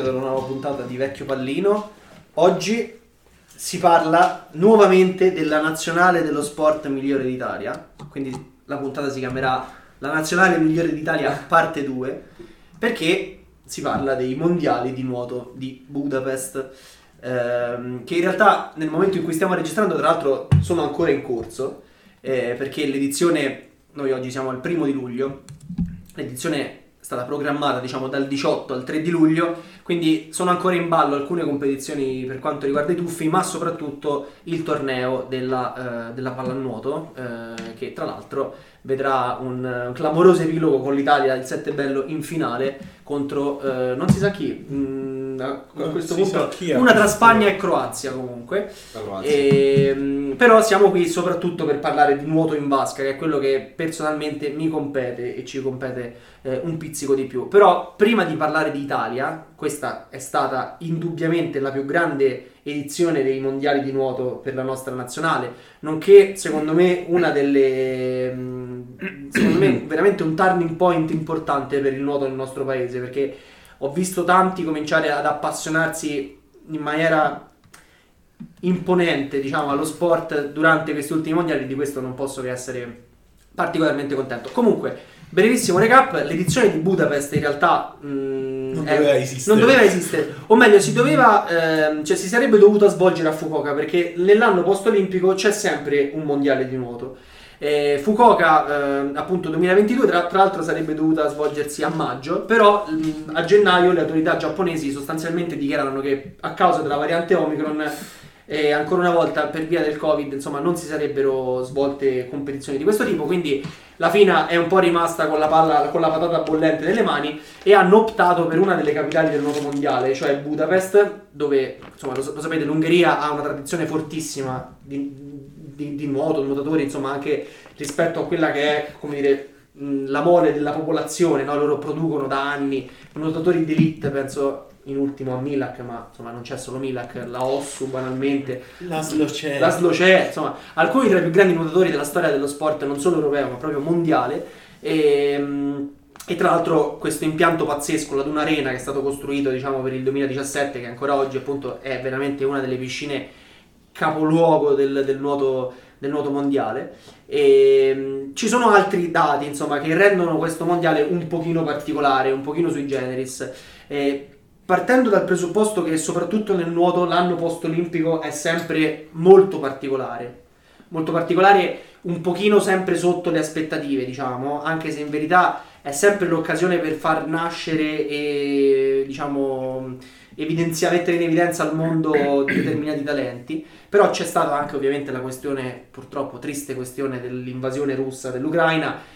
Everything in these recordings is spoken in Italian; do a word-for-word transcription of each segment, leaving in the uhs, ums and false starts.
ad una nuova puntata di Vecchio Pallino. Oggi si parla nuovamente della nazionale dello sport migliore d'Italia, quindi la puntata si chiamerà La nazionale migliore d'Italia parte due, perché si parla dei mondiali di nuoto di Budapest, ehm, che in realtà nel momento in cui stiamo registrando tra l'altro sono ancora in corso, eh, perché l'edizione, noi oggi siamo al primo di luglio, l'edizione è stata programmata diciamo dal diciotto al tre di luglio, quindi sono ancora in ballo alcune competizioni per quanto riguarda i tuffi, ma soprattutto il torneo della, eh, della pallanuoto, eh, che tra l'altro vedrà un, un clamoroso epilogo con l'Italia, il sette bello in finale contro eh, non si sa chi, mh, a questo punto una tra Spagna e Croazia comunque. E, però siamo qui soprattutto per parlare di nuoto in vasca, che è quello che personalmente mi compete e ci compete eh, un pizzico di più. Però prima di parlare di Italia, questa è stata indubbiamente la più grande edizione dei mondiali di nuoto per la nostra nazionale, nonché secondo me una delle secondo me veramente un turning point importante per il nuoto nel nostro paese, perché ho visto tanti cominciare ad appassionarsi in maniera imponente diciamo allo sport durante questi ultimi mondiali. Di questo non posso che essere particolarmente contento. Comunque, brevissimo recap: l'edizione di Budapest in realtà mh, non, è, doveva esistere. non doveva esistere, o meglio si doveva ehm, cioè si sarebbe dovuta svolgere a Fukuoka, perché nell'anno post olimpico c'è sempre un mondiale di nuoto. eh, Fukuoka eh, appunto duemilaventidue tra, tra l'altro sarebbe dovuta svolgersi a maggio, però mh, a gennaio le autorità giapponesi sostanzialmente dichiarano che a causa della variante Omicron e ancora una volta per via del Covid insomma non si sarebbero svolte competizioni di questo tipo, quindi la FINA è un po' rimasta con la palla, con la patata bollente nelle mani, e hanno optato per una delle capitali del nuoto mondiale, cioè Budapest, dove insomma lo, lo sapete, l'Ungheria ha una tradizione fortissima di, di, di nuoto, di nuotatori, insomma anche rispetto a quella che è, come dire, mh, la mole della popolazione, no? Loro producono da anni nuotatori d'élite, penso in ultimo a Milak, ma insomma non c'è solo Milak, la Ossu banalmente, la Slocè, la Slocè, insomma alcuni tra i più grandi nuotatori della storia dello sport non solo europeo ma proprio mondiale. E, e tra l'altro questo impianto pazzesco, la Duna Arena, che è stato costruito diciamo per il duemiladiciassette, che ancora oggi appunto è veramente una delle piscine capoluogo del, del nuoto del nuoto mondiale. E ci sono altri dati insomma che rendono questo mondiale un pochino particolare, un pochino sui generis. E, partendo dal presupposto che soprattutto nel nuoto l'anno post-olimpico è sempre molto particolare, molto particolare, un pochino sempre sotto le aspettative, diciamo, anche se in verità è sempre l'occasione per far nascere e, diciamo, evidenziare, mettere in evidenza al mondo determinati talenti. Però c'è stata anche ovviamente la questione, purtroppo triste questione dell'invasione russa dell'Ucraina.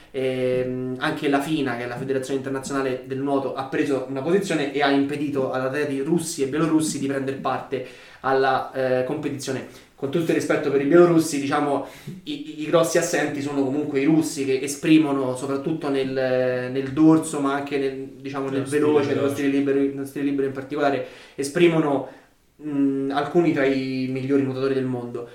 E anche la FINA, che è la Federazione Internazionale del Nuoto, ha preso una posizione e ha impedito ad atleti russi e bielorussi di prendere parte alla eh, competizione. Con tutto il rispetto per i bielorussi, diciamo i, i grossi assenti sono comunque i russi, che esprimono soprattutto nel, nel dorso, ma anche nel, diciamo, nel veloce, nello stile libero, nello stile libero in particolare, esprimono mh, alcuni tra i migliori nuotatori del mondo.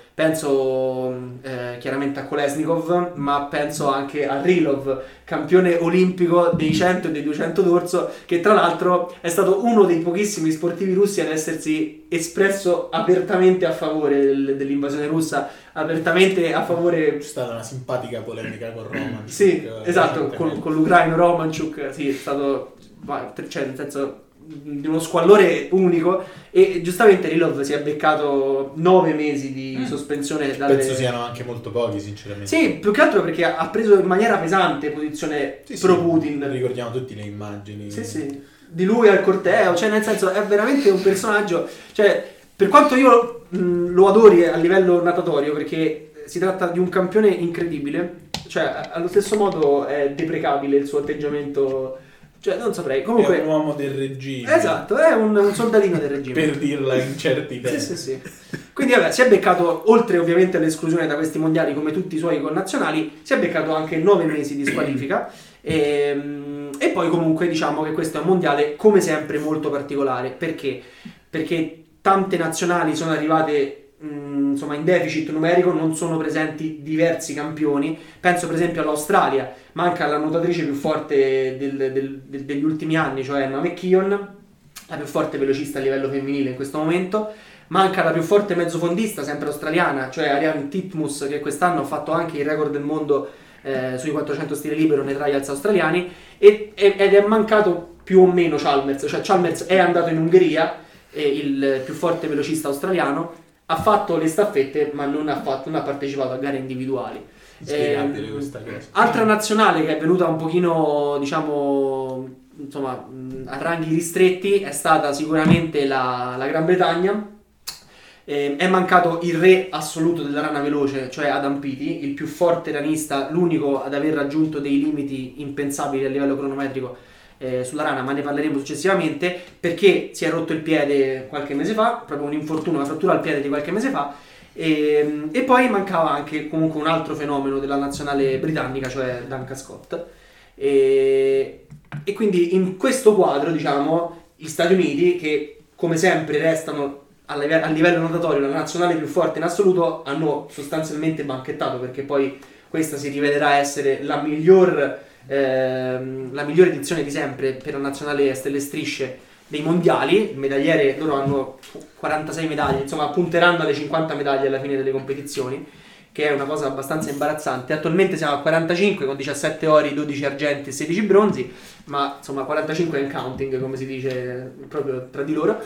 Penso eh, chiaramente a Kolesnikov, ma penso anche a Rilov, campione olimpico dei cento e dei duecento d'orso, che tra l'altro è stato uno dei pochissimi sportivi russi ad essersi espresso apertamente a favore del, dell'invasione russa, apertamente a favore. C'è stata una simpatica polemica con Romanchuk. Sì, esatto, con, con l'ucraino Romanchuk, sì, è stato, cioè nel senso, di uno squallore unico. E giustamente Rilov si è beccato nove mesi di mm. sospensione dalle... Penso siano anche molto pochi, sinceramente. Sì, più che altro perché ha preso in maniera pesante posizione sì, pro sì, Putin. Ricordiamo tutti le immagini. Sì, sì, di lui al corteo, cioè nel senso è veramente un personaggio, cioè per quanto io mh, lo adori a livello natatorio, perché si tratta di un campione incredibile, cioè allo stesso modo è deprecabile il suo atteggiamento. Cioè, non saprei. Comunque, è un uomo del regime. Esatto, è un, un soldatino del regime. Per dirla in certi termini. Sì, sì, sì. Quindi, vabbè, si è beccato, oltre ovviamente all'esclusione da questi mondiali, come tutti i suoi connazionali, si è beccato anche nove mesi di squalifica. E, e poi, comunque, diciamo che questo è un mondiale, come sempre, molto particolare. Perché? Perché tante nazionali sono arrivate insomma in deficit numerico, non sono presenti diversi campioni. Penso per esempio all'Australia, manca la nuotatrice più forte del, del, del, degli ultimi anni, cioè Emma McKeon, la più forte velocista a livello femminile in questo momento. Manca la più forte mezzofondista, sempre australiana, cioè Ariane Titmus, che quest'anno ha fatto anche il record del mondo eh, sui quattrocento stile libero nei trials australiani, e, ed è mancato più o meno Chalmers, cioè Chalmers è andato in Ungheria, eh, il più forte velocista australiano, ha fatto le staffette ma non ha, fatto, non ha partecipato a gare individuali. Spiegabile Eh, questa cosa. altra nazionale che è venuta un pochino, diciamo, insomma, a ranghi ristretti è stata sicuramente la, la Gran Bretagna. Eh, è mancato il re assoluto della rana veloce, cioè Adam Peaty, il più forte ranista, l'unico ad aver raggiunto dei limiti impensabili a livello cronometrico eh, sulla rana, ma ne parleremo successivamente, perché si è rotto il piede qualche mese fa, proprio un infortunio, una frattura al piede di qualche mese fa. E, e poi mancava anche comunque un altro fenomeno della nazionale britannica, cioè Duncan Scott. E, e quindi in questo quadro, diciamo, gli Stati Uniti, che come sempre restano a livello, a livello notatorio la nazionale più forte in assoluto, hanno sostanzialmente banchettato, perché poi questa si rivelerà essere la miglior, ehm, la migliore edizione di sempre per la nazionale a stelle strisce dei mondiali. Il medagliere, loro hanno quarantasei medaglie, insomma punteranno alle cinquanta medaglie alla fine delle competizioni, che è una cosa abbastanza imbarazzante. Attualmente siamo a quarantacinque con diciassette ori, dodici argenti e sedici bronzi, ma insomma quarantacinque è in counting, come si dice proprio tra di loro.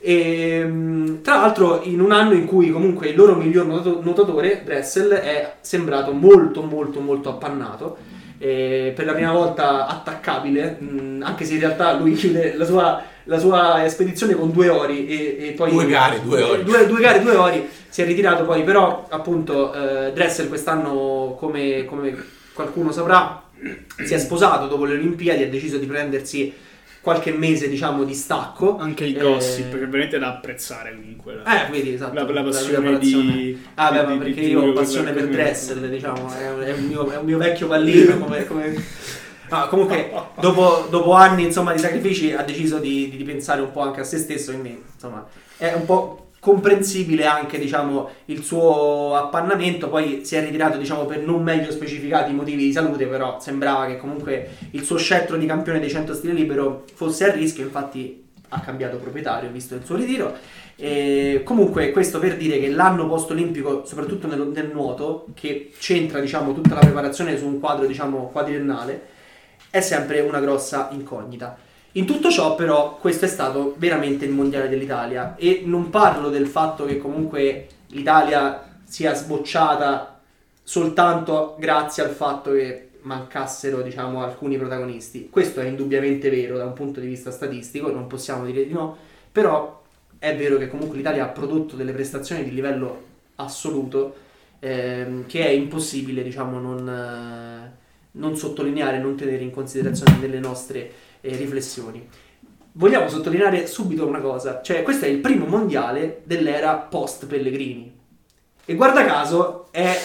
E tra l'altro in un anno in cui comunque il loro miglior nuotatore, Dressel, è sembrato molto molto molto appannato, e per la prima volta attaccabile, mh, anche se in realtà lui chiude la sua, la sua spedizione con due ori e, e poi due gare, due ori due, due gare, due ori, si è ritirato poi. Però appunto eh, Dressel quest'anno, come, come qualcuno saprà, si è sposato dopo le Olimpiadi, ha deciso di prendersi qualche mese, diciamo, di stacco. Anche il gossip, eh... che veramente da apprezzare comunque. La, eh, vedi, esatto. La, la passione la di... Ah, beh, di, ma perché di io ho passione per Dressel, diciamo, è un, è un, mio, è un mio vecchio pallino, come... come... No, comunque, dopo, dopo anni, insomma, di sacrifici, ha deciso di, di pensare un po' anche a se stesso, quindi, insomma, è un po' comprensibile anche, diciamo, il suo appannamento. Poi si è ritirato, diciamo, per non meglio specificati motivi di salute, però sembrava che comunque il suo scettro di campione dei cento stile libero fosse a rischio, infatti ha cambiato proprietario visto il suo ritiro. E comunque questo per dire che l'anno post-olimpico, soprattutto nel, nel nuoto, che centra, diciamo, tutta la preparazione su un quadro, diciamo, quadriennale, è sempre una grossa incognita. In tutto ciò però questo è stato veramente il mondiale dell'Italia, e non parlo del fatto che comunque l'Italia sia sbocciata soltanto grazie al fatto che mancassero, diciamo, alcuni protagonisti. Questo è indubbiamente vero da un punto di vista statistico, non possiamo dire di no, però è vero che comunque l'Italia ha prodotto delle prestazioni di livello assoluto ehm, che è impossibile, diciamo, non, eh, non sottolineare, non tenere in considerazione delle nostre eh, riflessioni. Vogliamo sottolineare subito una cosa, cioè questo è il primo mondiale dell'era post Pellegrini, e guarda caso è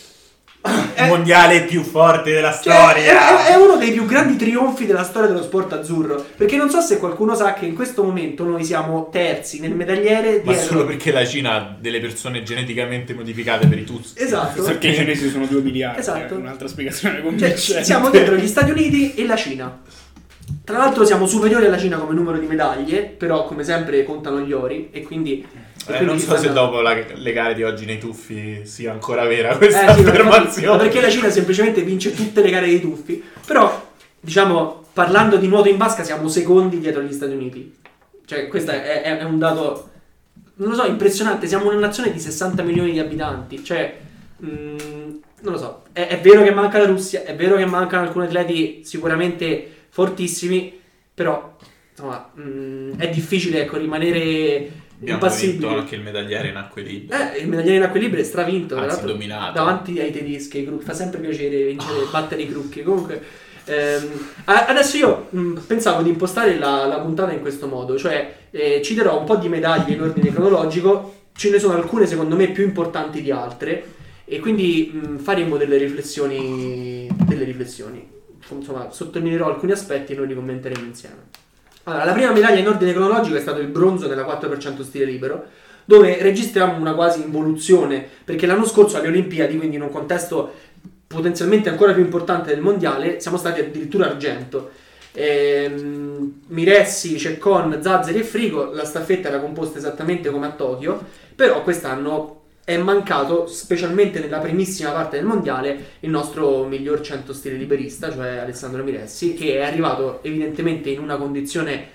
il mondiale più forte della storia. È, è, è uno dei più grandi trionfi della storia dello sport azzurro, perché non so se qualcuno sa che in questo momento noi siamo terzi nel medagliere, ma solo perché la Cina ha delle persone geneticamente modificate per i Tutsi. Esatto, perché i cinesi sono due miliardi. Esatto. È un'altra spiegazione cioè, convincente. siamo dietro gli Stati Uniti e la Cina. Tra l'altro siamo superiori alla Cina come numero di medaglie, però come sempre contano gli ori, e quindi Eh, non so se dopo la, le gare di oggi nei tuffi sia ancora vera questa eh, sì, affermazione. perché la Cina semplicemente vince tutte le gare dei tuffi. Però, diciamo, parlando di nuoto in vasca, siamo secondi dietro agli Stati Uniti. Cioè, questo è, è, è un dato, non lo so, impressionante. Siamo una nazione di sessanta milioni di abitanti. Cioè, mh, non lo so. È, è vero che manca la Russia, è vero che mancano alcuni atleti sicuramente fortissimi, però, insomma, mh, è difficile, ecco, rimanere abbiamo vinto anche il medagliere in acque libere. Eh, il medagliere in acque libere è stravinto, anzi dominato davanti ai tedeschi, ai gruppi. Fa sempre piacere vincere, oh. battere i gruppi. Comunque ehm, adesso io mh, pensavo di impostare la, la puntata in questo modo, cioè eh, ci darò un po' di medaglie in ordine cronologico. Ce ne sono alcune secondo me più importanti di altre, e quindi mh, faremo delle riflessioni delle riflessioni insomma, sottolineerò alcuni aspetti e noi li commenteremo insieme. Allora, la prima medaglia in ordine cronologico è stato il bronzo nella quattro per cento stile libero, dove registriamo una quasi involuzione, perché l'anno scorso alle Olimpiadi, quindi in un contesto potenzialmente ancora più importante del mondiale, siamo stati addirittura argento. ehm, Miressi, Ceccon, Zazzeri e Frigo. La staffetta era composta esattamente come a Tokyo, però quest'anno è mancato, specialmente nella primissima parte del mondiale, il nostro miglior cento stile liberista, cioè Alessandro Miressi, che è arrivato evidentemente in una condizione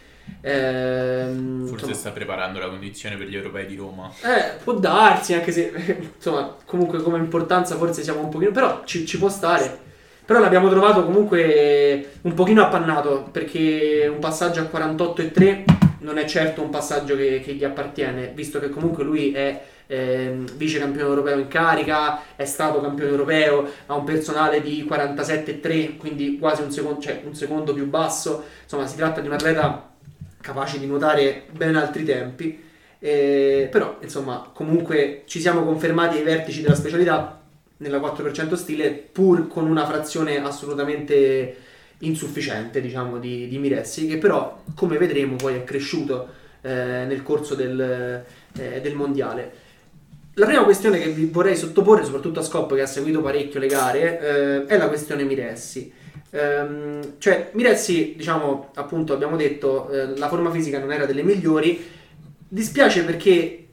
ehm, Forse insomma, sta preparando la condizione per gli europei di Roma. Eh, può darsi, anche se insomma, comunque come importanza forse siamo un pochino, però ci, ci può stare. Però l'abbiamo trovato comunque un pochino appannato, perché un passaggio a quarantotto e tre non è certo un passaggio che, che gli appartiene, visto che comunque lui è eh, vice campione europeo in carica, è stato campione europeo, ha un personale di quarantasette e tre, quindi quasi un secondo, cioè un secondo più basso. Insomma, si tratta di un atleta capace di nuotare ben altri tempi. Eh, però insomma comunque ci siamo confermati ai vertici della specialità nella quattro per cento stile, pur con una frazione assolutamente insufficiente, diciamo, di, di Miressi, che però come vedremo poi è cresciuto eh, nel corso del, eh, del mondiale. La prima questione che vi vorrei sottoporre, soprattutto a Scop che ha seguito parecchio le gare, eh, è la questione Miressi. Ehm, cioè Miressi, diciamo, appunto abbiamo detto eh, la forma fisica non era delle migliori. Dispiace perché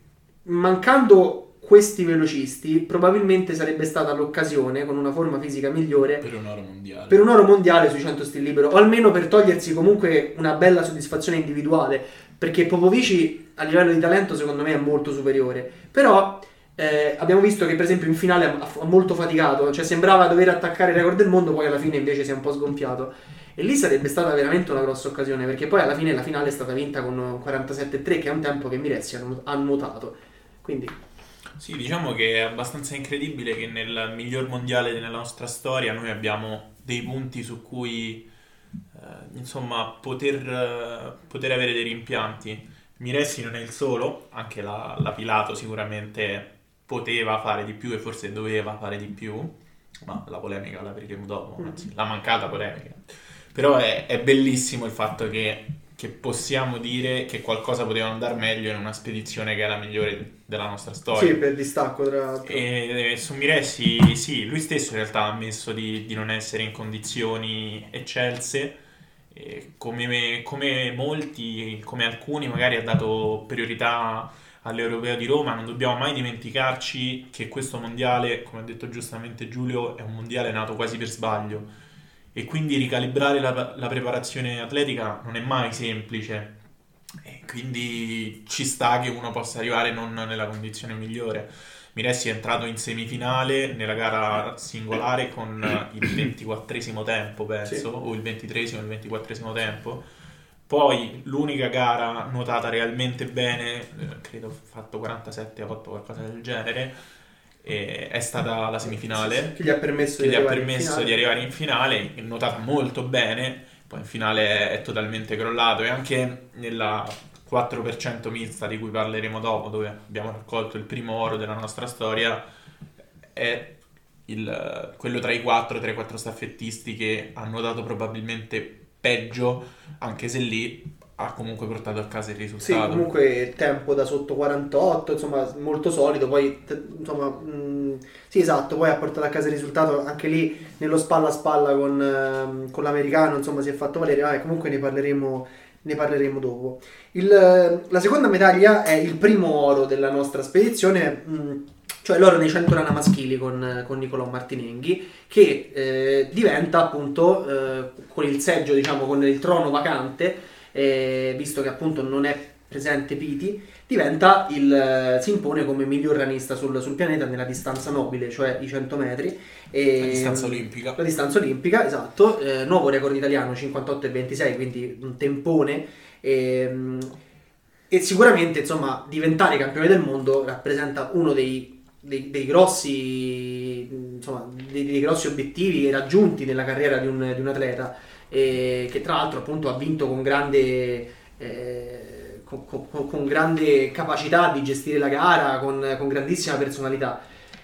mancando questi velocisti probabilmente sarebbe stata l'occasione, con una forma fisica migliore, per un oro mondiale per un oro mondiale sui cento stile libero, o almeno per togliersi comunque una bella soddisfazione individuale, perché Popovici a livello di talento secondo me è molto superiore. Però eh, abbiamo visto che per esempio in finale ha, ha molto faticato, cioè sembrava dover attaccare il record del mondo, poi alla fine invece si è un po' sgonfiato. E lì sarebbe stata veramente una grossa occasione, perché poi alla fine la finale è stata vinta con quarantasette e tre, che è un tempo che Miressi ha nuotato. Quindi sì, diciamo che è abbastanza incredibile che nel miglior mondiale della nostra storia noi abbiamo dei punti su cui eh, insomma poter, eh, poter avere dei rimpianti. Miressi non è il solo, anche la, la Pilato sicuramente poteva fare di più e forse doveva fare di più, ma la polemica la apriremo dopo, anzi la mancata polemica. Però è, è bellissimo il fatto che, che possiamo dire che qualcosa poteva andare meglio in una spedizione che è la migliore della nostra storia. Sì, per distacco tra l'altro. E su Miressi, sì, lui stesso in realtà ha ammesso di, di non essere in condizioni eccelse, e come, me, come molti, come alcuni magari ha dato priorità all'Europeo di Roma. Non dobbiamo mai dimenticarci che questo mondiale, come ha detto giustamente Giulio, è un mondiale nato quasi per sbaglio. E quindi ricalibrare la, la preparazione atletica non è mai semplice, e quindi ci sta che uno possa arrivare non nella condizione migliore. Miressi è entrato in semifinale nella gara singolare con il ventiquattresimo tempo, penso, sì, o il ventitresimo o il ventiquattresimo tempo. Poi l'unica gara nuotata realmente bene, eh, credo fatto quarantasette a otto, qualcosa del genere, e è stata la semifinale, che gli ha permesso, che di, gli ha arrivare permesso di arrivare in finale, nuotata molto bene. Poi in finale è totalmente crollato, e anche nella quattro per cento mista di cui parleremo dopo, dove abbiamo raccolto il primo oro della nostra storia, è il, quello tra i quattro, tra i quattro staffettisti che ha nuotato probabilmente peggio, anche se lì ha comunque portato a casa il risultato. Sì, comunque tempo da sotto quarantotto, insomma molto solido. Poi insomma mh, sì, esatto, poi ha portato a casa il risultato anche lì nello spalla a spalla con, eh, con l'americano, insomma si è fatto valere. Ah, comunque ne parleremo, ne parleremo dopo. Il, la seconda medaglia è il primo oro della nostra spedizione, mh, cioè l'oro nei cento rana maschili con, con Nicolò Martinenghi, che eh, diventa appunto eh, con il seggio, diciamo con il trono vacante, eh, visto che appunto non è presente Piti, diventa il, si impone come miglior ranista sul, sul pianeta nella distanza nobile, cioè i cento metri. E, la distanza olimpica. La distanza olimpica, esatto. Eh, nuovo record italiano, cinquantotto e ventisei, quindi un tempone. E, e sicuramente, insomma, diventare campione del mondo rappresenta uno dei, dei, dei grossi, insomma, dei, dei grossi obiettivi raggiunti nella carriera di un, di un atleta, e che tra l'altro appunto ha vinto con grande... Eh, Con, con, con grande capacità di gestire la gara, con, con grandissima personalità.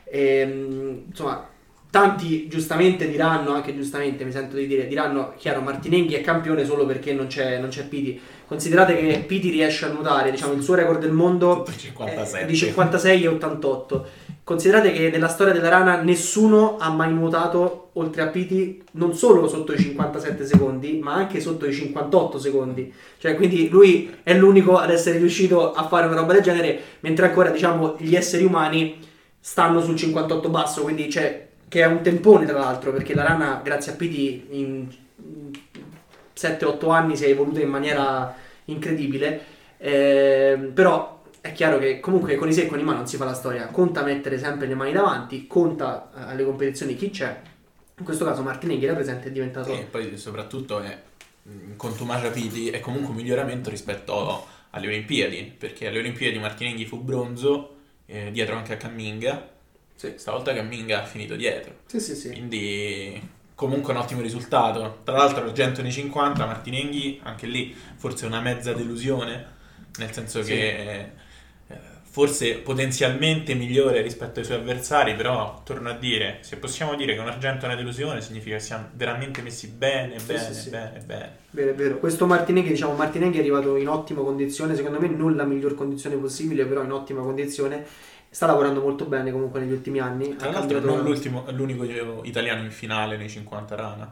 E, insomma, tanti giustamente diranno, anche giustamente mi sento di dire, diranno, chiaro, Martinenghi è campione solo perché non c'è, non c'è Piti. Considerate che Piti riesce a nuotare, diciamo, il suo record del mondo cinquantasette. è di cinquantasei e ottantotto. considerate che nella storia della rana nessuno ha mai nuotato oltre a Piti non solo sotto i cinquantasette secondi, ma anche sotto i cinquantotto secondi. Cioè, quindi lui è l'unico ad essere riuscito a fare una roba del genere, mentre ancora, diciamo, gli esseri umani stanno sul cinquantotto basso, quindi cioè, che è un tempone tra l'altro, perché la rana, grazie a Piti, in sette otto anni si è evoluta in maniera incredibile. Eh, però è chiaro che comunque con i se e con i ma non si fa la storia, conta mettere sempre le mani davanti, conta eh, alle competizioni chi c'è. In questo caso Martinenghi era presente, è diventato... E poi soprattutto è, in contumacia Piti è comunque un miglioramento rispetto alle Olimpiadi, perché alle Olimpiadi Martinenghi fu bronzo, eh, dietro anche a Camminga. Sì. Stavolta Camminga ha finito dietro. Sì, sì, sì. Quindi comunque un ottimo risultato. Tra l'altro argento nei cinquanta, Martinenghi anche lì forse una mezza delusione, nel senso Sì. che eh, forse potenzialmente migliore rispetto ai suoi avversari, però torno a dire, se possiamo dire che un argento è una delusione significa che siamo veramente messi bene, Sì, bene, sì, sì. bene, bene. Vero, è vero. Questo Martinenghi, diciamo, Martinenghi è arrivato in ottima condizione, secondo me non la miglior condizione possibile, però in ottima condizione. Sta lavorando molto bene comunque negli ultimi anni. Tra Ha l'altro cambiato- non l'ultimo, l'unico italiano in finale nei cinquanta rana.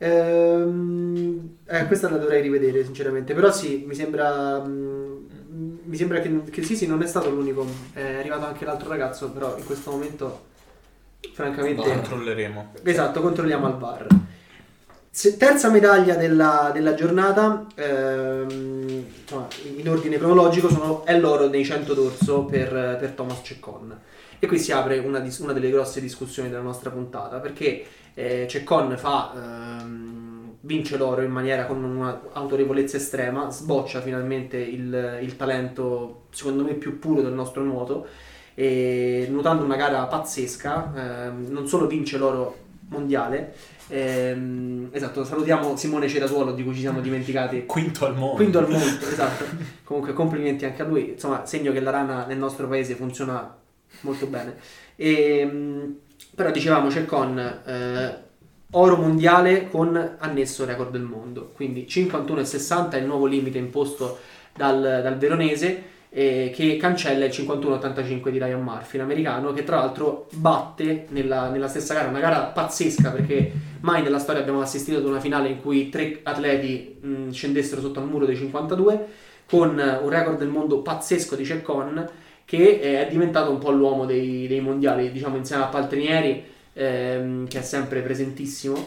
Ehm, eh, questa la dovrei rivedere sinceramente, però sì, mi sembra mm, mi sembra che, che sì sì, non è stato l'unico, è arrivato anche l'altro ragazzo, però in questo momento francamente Controlleremo. esatto, controlliamo al V A R. Se- terza medaglia della, della giornata, ehm, insomma, in ordine cronologico, sono, è l'oro nei cento d'orso per, per Thomas Ceccon. E qui si apre una, dis- una delle grosse discussioni della nostra puntata, perché eh, Ceccon fa, ehm, vince l'oro in maniera con un'autorevolezza estrema, sboccia finalmente il, il talento secondo me più puro del nostro nuoto, e nuotando una gara pazzesca, ehm, non solo vince l'oro mondiale, ehm, esatto, salutiamo Simone Cerasuolo di cui ci siamo dimenticati, Quinto al mondo. quinto al mondo, esatto. Comunque complimenti anche a lui, insomma, segno che la rana nel nostro paese funziona molto bene. E, però dicevamo Ceccon, eh, oro mondiale con annesso record del mondo, quindi cinquantuno virgola sessanta è il nuovo limite imposto dal, dal veronese, eh, che cancella il cinquantuno virgola ottantacinque di Ryan Murphy, l'americano, che tra l'altro batte nella, nella stessa gara, una gara pazzesca, perché mai nella storia abbiamo assistito ad una finale in cui tre atleti mh, scendessero sotto al muro dei cinquantadue, con un record del mondo pazzesco di Ceccon, che è diventato un po' l'uomo dei, dei mondiali, diciamo, insieme a Paltrinieri, ehm, che è sempre presentissimo.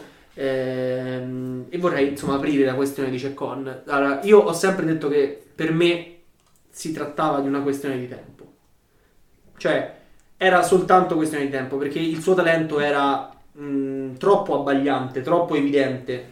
Ehm, e vorrei insomma aprire la questione di Ceccon. Allora, io ho sempre detto che per me si trattava di una questione di tempo, cioè era soltanto questione di tempo, perché il suo talento era mh, troppo abbagliante, troppo evidente,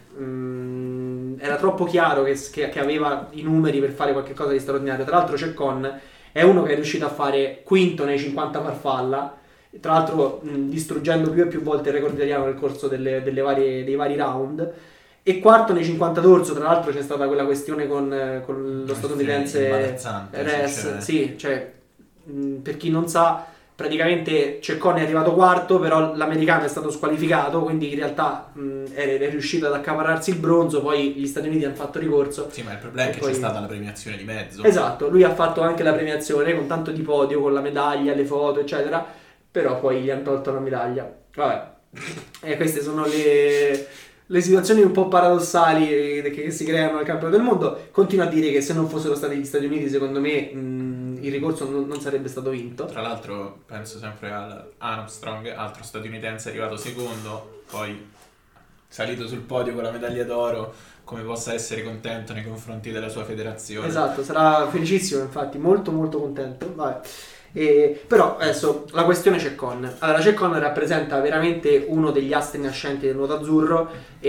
mh, era troppo chiaro che, che, che aveva i numeri per fare qualcosa di straordinario. Tra l'altro Ceccon è uno che è riuscito a fare quinto nei cinquanta farfalla, tra l'altro mh, distruggendo più e più volte il record italiano nel corso delle, delle varie, dei vari round, e quarto nei cinquanta d'orso. Tra l'altro c'è stata quella questione con, con lo statunitense imbarazzante, Res, sinceramente. sì, cioè mh, per chi non sa, praticamente Ceccon è arrivato quarto, però l'americano è stato squalificato, quindi in realtà mh, è, è riuscito ad accaparrarsi il bronzo, poi gli Stati Uniti hanno fatto ricorso. Sì, ma il problema E è che poi- c'è stata la premiazione di mezzo. Esatto, lui ha fatto anche la premiazione con tanto di podio, con la medaglia, le foto, eccetera, però poi gli hanno tolto la medaglia. Vabbè, e queste sono le, le situazioni un po' paradossali che, che si creano nel campionato del mondo. Continuo a dire che se non fossero stati gli Stati Uniti, secondo me mh, il ricorso non, non sarebbe stato vinto. Tra l'altro penso sempre al Armstrong, altro statunitense arrivato secondo, poi salito sul podio con la medaglia d'oro, come possa essere contento nei confronti della sua federazione. Esatto, sarà felicissimo, infatti, molto molto contento. Vabbè. E, però adesso la questione Ceccon. Allora, Ceccon rappresenta veramente uno degli astri nascenti del nuoto azzurro,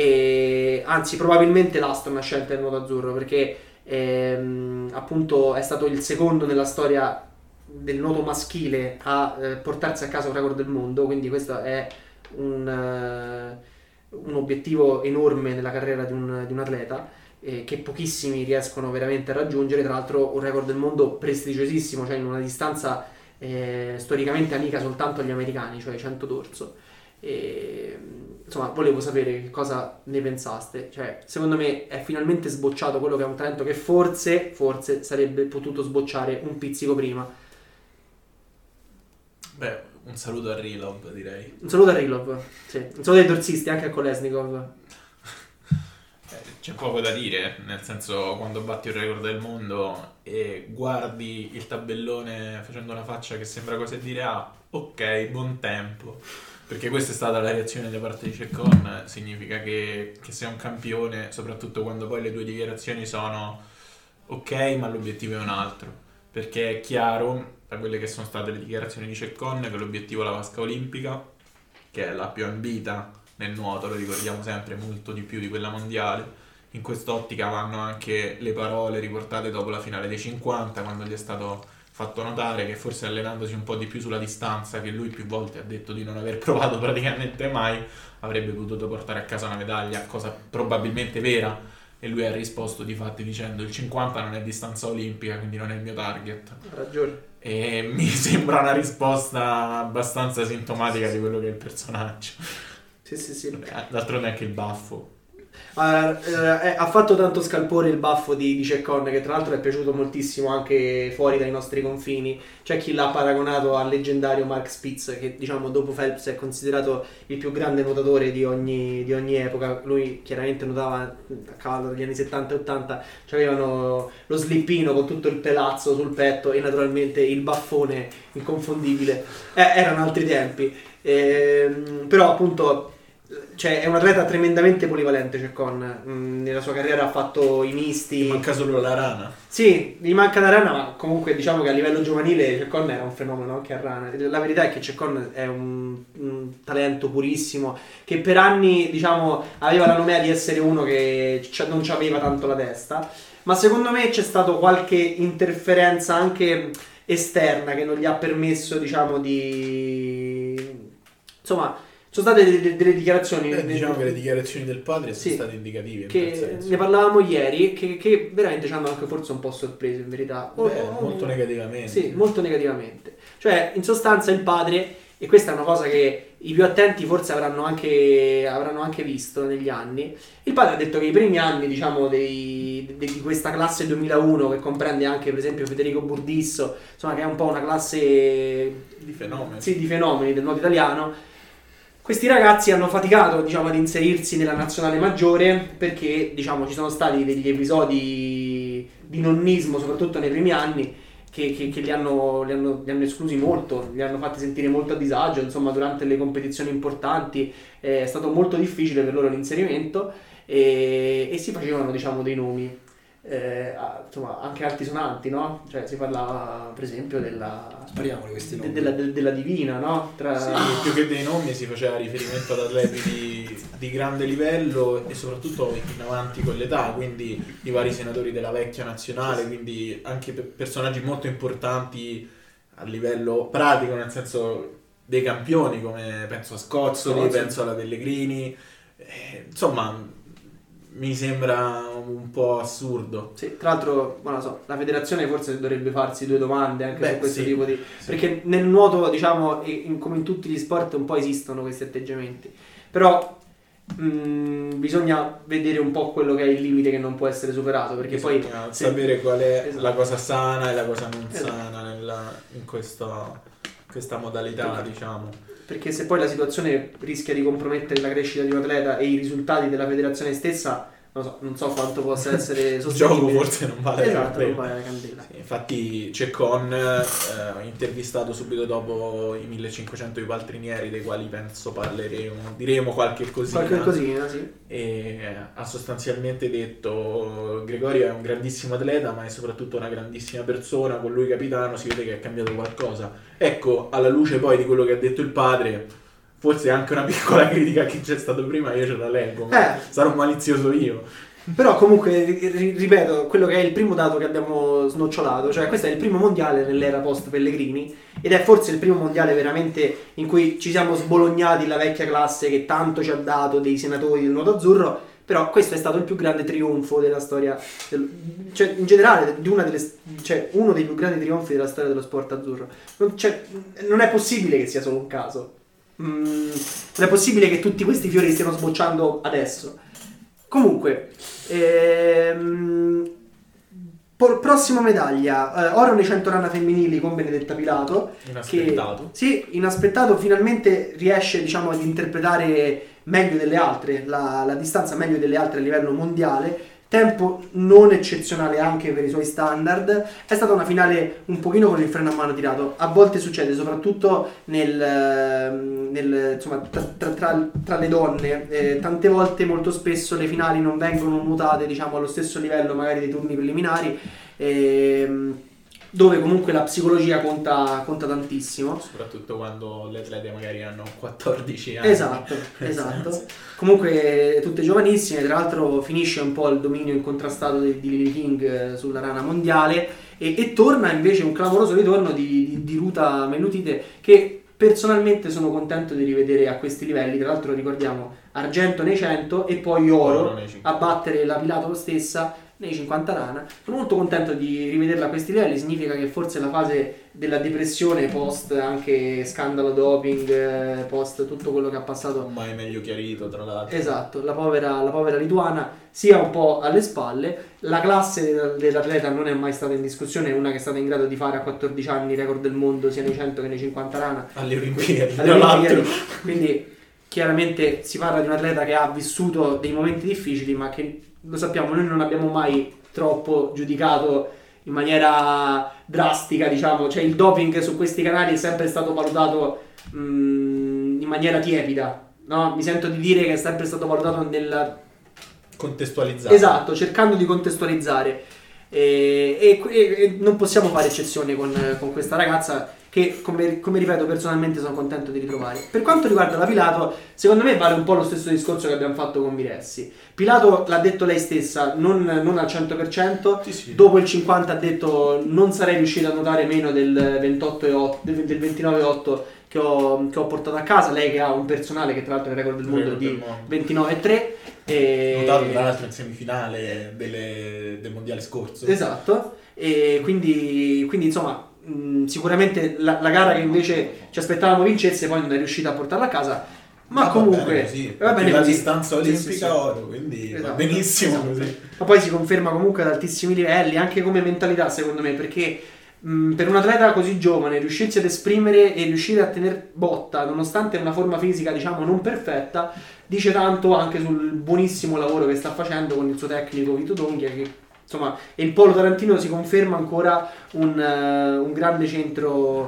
e anzi probabilmente l'astro nascente del nuoto azzurro, perché ehm, appunto è stato il secondo nella storia del nuoto maschile a eh, portarsi a casa un record del mondo, quindi questo è un, eh, un obiettivo enorme nella carriera di un, di un atleta, eh, che pochissimi riescono veramente a raggiungere. Tra l'altro un record del mondo prestigiosissimo, cioè in una distanza eh, storicamente amica soltanto agli americani, cioè cento d'orso. E, insomma, volevo sapere che cosa ne pensaste. Cioè, secondo me è finalmente sbocciato quello che è un talento che forse, forse sarebbe potuto sbocciare un pizzico prima. Beh, un saluto a Rilov, direi. Un saluto a Rilov, sì. Un saluto ai torsisti, anche a Kolesnikov. C'è poco da dire, nel senso, quando batti un record del mondo e guardi il tabellone facendo una faccia che sembra cosa dire, ah, ok, buon tempo. Perché questa è stata la reazione da parte di Ceccon, significa che, che sei un campione, soprattutto quando poi le tue dichiarazioni sono ok, ma l'obiettivo è un altro. Perché è chiaro, da quelle che sono state le dichiarazioni di Ceccon, che l'obiettivo è la vasca olimpica, che è la più ambita nel nuoto, lo ricordiamo sempre, molto di più di quella mondiale. In quest'ottica vanno anche le parole riportate dopo la finale dei cinquanta, quando gli è stato fatto notare che forse allenandosi un po' di più sulla distanza, che lui più volte ha detto di non aver provato praticamente mai, avrebbe potuto portare a casa una medaglia, cosa probabilmente vera, e lui ha risposto di fatti dicendo il cinquanta non è distanza olimpica, quindi non è il mio target. Ha ragione. E mi sembra una risposta abbastanza sintomatica di quello che è il personaggio. Sì, sì, sì. D'altronde anche il baffo. Uh, eh, ha fatto tanto scalpore il baffo di, di Ceccon, che tra l'altro è piaciuto moltissimo anche fuori dai nostri confini. C'è chi l'ha paragonato al leggendario Mark Spitz, che diciamo dopo Phelps è considerato il più grande nuotatore di ogni, di ogni epoca. Lui chiaramente nuotava a cavallo degli anni settanta e ottanta, avevano lo slippino con tutto il pelazzo sul petto e naturalmente il baffone inconfondibile. Eh, erano altri tempi, eh, però appunto, cioè è un atleta tremendamente polivalente Ceccon. Mm, nella sua carriera ha fatto i misti. Gli manca solo la rana. Sì, gli manca la rana, ma comunque diciamo che a livello giovanile Ceccon era un fenomeno anche a rana. La verità è che Ceccon è un, un talento purissimo, che per anni diciamo aveva la nomea di essere uno che non c'aveva tanto la testa, ma secondo me c'è stato qualche interferenza anche esterna che non gli ha permesso diciamo di... insomma... Sono state delle, delle dichiarazioni. Beh, diciamo che le dichiarazioni del padre sì, sono state indicative. Che ne parlavamo ieri, che, che veramente ci hanno anche forse un po' sorpreso in verità. Beh, oh, molto negativamente. Sì, molto negativamente. Cioè, in sostanza, il padre, e questa è una cosa che i più attenti forse avranno anche, avranno anche visto negli anni. Il padre ha detto che i primi anni, diciamo, dei, de, di questa classe duemilauno, che comprende anche per esempio Federico Burdisso, insomma, che è un po' una classe di fenomeni, sì, di fenomeni del nuoto italiano. Questi ragazzi hanno faticato, diciamo, ad inserirsi nella nazionale maggiore perché, diciamo, ci sono stati degli episodi di nonnismo, soprattutto nei primi anni, che, che, che li, hanno, li, hanno, li hanno esclusi molto, li hanno fatti sentire molto a disagio, insomma, durante le competizioni importanti è stato molto difficile per loro l'inserimento e, e si facevano, diciamo, dei nomi. Eh, insomma anche altisonanti, no? Cioè si parlava per esempio della spariamo questi nomi. De, della, de, della divina, no? Tra... Sì, più che dei nomi si faceva riferimento ad atleti di, di grande livello e soprattutto in avanti con l'età, quindi i vari senatori della vecchia nazionale, quindi anche personaggi molto importanti a livello pratico, nel senso dei campioni, come penso a Scozzoli, Scozzoli. penso alla Pellegrini, eh, insomma mi sembra un po' assurdo. Sì, tra l'altro, non lo so, la federazione forse dovrebbe farsi due domande anche Beh, su questo sì, tipo di... sì. Perché nel nuoto, diciamo, in, come in tutti gli sport un po' esistono questi atteggiamenti. Però mh, bisogna vedere un po' quello che è il limite che non può essere superato, perché Bisogna poi... se- sapere qual è Esatto. la cosa sana e la cosa non Esatto. sana nella, in questa, questa modalità, Perché- diciamo. Perché se poi la situazione rischia di compromettere la crescita di un atleta e i risultati della federazione stessa, non so, non so quanto possa essere Il sostenibile. gioco forse non vale la Esatto, non candela. vale la candela. Sì, infatti Ceccon, eh, intervistato subito dopo i millecinquecento di Paltrinieri, dei quali penso parleremo, diremo qualche cosina. Qualche cosina, sì. E ha sostanzialmente detto: Gregorio è un grandissimo atleta, ma è soprattutto una grandissima persona, con lui capitano si vede che è cambiato qualcosa. Ecco, alla luce poi di quello che ha detto il padre, forse anche una piccola critica che c'è stato prima io ce la leggo, ma Eh. sarò malizioso io. Però comunque, ri- ri- ripeto, quello che è il primo dato che abbiamo snocciolato, cioè questo è il primo mondiale nell'era post Pellegrini ed è forse il primo mondiale veramente in cui ci siamo sbolognati la vecchia classe che tanto ci ha dato dei senatori del nuoto azzurro, però questo è stato il più grande trionfo della storia, del- cioè in generale di una delle, cioè uno dei più grandi trionfi della storia dello sport azzurro. Non, cioè, non è possibile che sia solo un caso. Mm, non è possibile che tutti questi fiori stiano sbocciando adesso. Comunque, ehm, por- prossima medaglia, eh, oro nei cento rana femminili con Benedetta Pilato. Inaspettato. Che, sì, inaspettato, finalmente riesce, diciamo, ad interpretare meglio delle altre, la, la distanza meglio delle altre a livello mondiale. Tempo non eccezionale anche per i suoi standard. È stata una finale un pochino con il freno a mano tirato. A volte succede, soprattutto nel, nel insomma, tra, tra, tra, tra le donne. Eh, tante volte, molto spesso, le finali non vengono nuotate, diciamo, allo stesso livello magari dei turni preliminari. Eh, dove comunque la psicologia conta, conta tantissimo. Soprattutto quando le atlete magari hanno quattordici anni. Esatto, esatto. Comunque tutte giovanissime, tra l'altro finisce un po' il dominio incontrastato di, di Lily King sulla rana mondiale e, e torna invece un clamoroso ritorno di, di, di Ruta Melutite, che personalmente sono contento di rivedere a questi livelli. Tra l'altro ricordiamo argento nei cento e poi oro a battere la Pilato stessa nei cinquanta rana. Sono molto contento di rivederla a questi livelli. Significa che forse la fase della depressione post anche scandalo doping, post tutto quello che ha passato, mai meglio chiarito tra l'altro, esatto, la povera, la povera lituana, sia un po' alle spalle. La classe dell'atleta non è mai stata in discussione, è una che è stata in grado di fare a quattordici anni record del mondo sia nei cento che nei cinquanta rana alle Olimpiadi, alle Olimpiadi. Quindi chiaramente si parla di un atleta che ha vissuto dei momenti difficili, ma che, lo sappiamo, noi non abbiamo mai troppo giudicato in maniera drastica, diciamo. Cioè il doping su questi canali è sempre stato valutato mh, in maniera tiepida, no? Mi sento di dire che è sempre stato valutato nel contestualizzare. Esatto, cercando di contestualizzare. E, e, e non possiamo fare eccezione con, con questa ragazza che, come, come ripeto, personalmente sono contento di ritrovare. Per quanto riguarda la Pilato, secondo me vale un po' lo stesso discorso che abbiamo fatto con Miressi. Pilato l'ha detto lei stessa, non, non al cento per cento, sì, sì. Dopo il cinquanta ha detto non sarei riuscito a nuotare meno del ventotto e otto, del, del ventinove e otto che ho, che ho portato a casa. Lei che ha un personale che tra l'altro è il record del mondo di ventinove e tre. E... notato tra l'altro in semifinale delle, del mondiale scorso. Esatto, e quindi, quindi insomma mh, sicuramente la, la gara che invece ci aspettavamo vincesse poi non è riuscita a portarla a casa, ma, ma comunque va bene così, va bene la così. Distanza olimpica sì, sì, sì. oro, quindi esatto, va benissimo esatto. Così. Ma poi si conferma comunque ad altissimi livelli anche come mentalità, secondo me, perché mh, per un atleta così giovane riuscirsi ad esprimere e riuscire a tener botta nonostante una forma fisica, diciamo, non perfetta, dice tanto anche sul buonissimo lavoro che sta facendo con il suo tecnico Vito Donghia, che insomma, e il Polo Tarantino si conferma ancora un, uh, un grande centro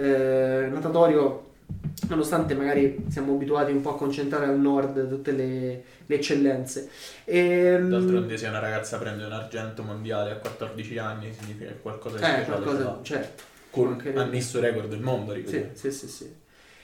uh, natatorio, nonostante magari siamo abituati un po' a concentrare al nord tutte le, le eccellenze. E, d'altronde se una ragazza prende un argento mondiale a quattordici anni significa che qualcosa di eh, speciale, qualcosa, certo, con annesso record del mondo, sì, sì, sì, sì.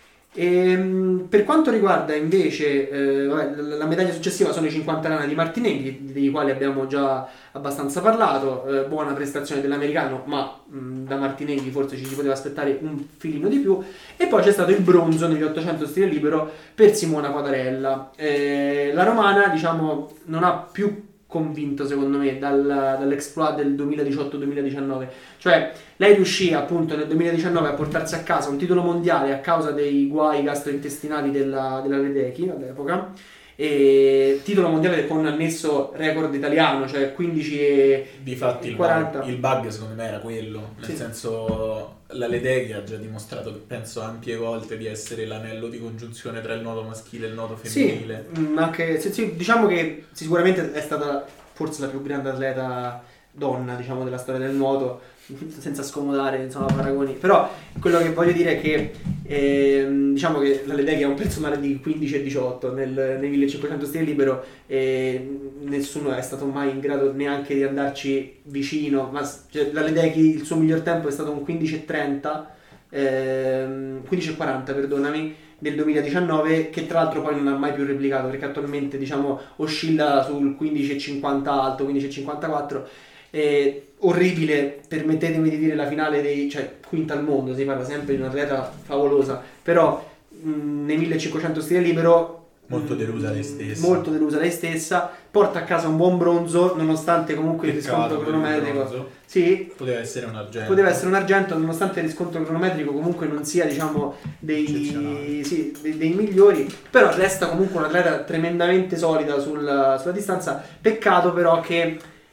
E, per quanto riguarda invece eh, vabbè, la medaglia successiva sono i cinquanta rana di Martinelli, dei quali abbiamo già abbastanza parlato. Eh, buona prestazione dell'americano, ma mh, da Martinelli forse ci si poteva aspettare un filino di più. E poi c'è stato il bronzo negli ottocento stile libero per Simona Quadarella. Eh, la romana, diciamo, non ha più convinto secondo me dal, dall'exploit del duemiladiciotto duemiladiciannove. Cioè lei riuscì appunto nel duemiladiciannove a portarsi a casa un titolo mondiale a causa dei guai gastrointestinali della, della Ledecky all'epoca, e titolo mondiale con annesso record italiano, cioè quindici e difatti il quaranta. bug, il bug secondo me era quello, nel sì. senso la Ledecky ha già dimostrato, penso ampie volte, di essere l'anello di congiunzione tra il nuoto maschile e il nuoto femminile. Sì, ma anche, sì, sì, diciamo che sicuramente è stata forse la più grande atleta donna, diciamo, della storia del nuoto, senza scomodare, insomma, paragoni. Però quello che voglio dire è che eh, diciamo che la Ledecky ha un personale di quindici e diciotto nel, nei millecinquecento stile libero, e nessuno è stato mai in grado neanche di andarci vicino. Ma cioè, la Ledecky, il suo miglior tempo è stato un quindici e trenta, ehm, quindici e quaranta, perdonami, del duemiladiciannove, che tra l'altro poi non ha mai più replicato, perché attualmente, diciamo, oscilla sul quindici e cinquanta alto, quindici e cinquantaquattro. Eh, orribile, permettetemi di dire, la finale dei, cioè quinta al mondo, si parla sempre di un'atleta favolosa, però mh, nei millecinquecento stile libero molto delusa lei stessa molto delusa lei stessa porta a casa un buon bronzo, nonostante comunque il riscontro cronometrico sì, poteva essere un argento poteva essere un argento nonostante il riscontro cronometrico comunque non sia, diciamo, dei, sì, dei, dei migliori, però resta comunque un'atleta tremendamente solida sulla, sulla distanza. Peccato però che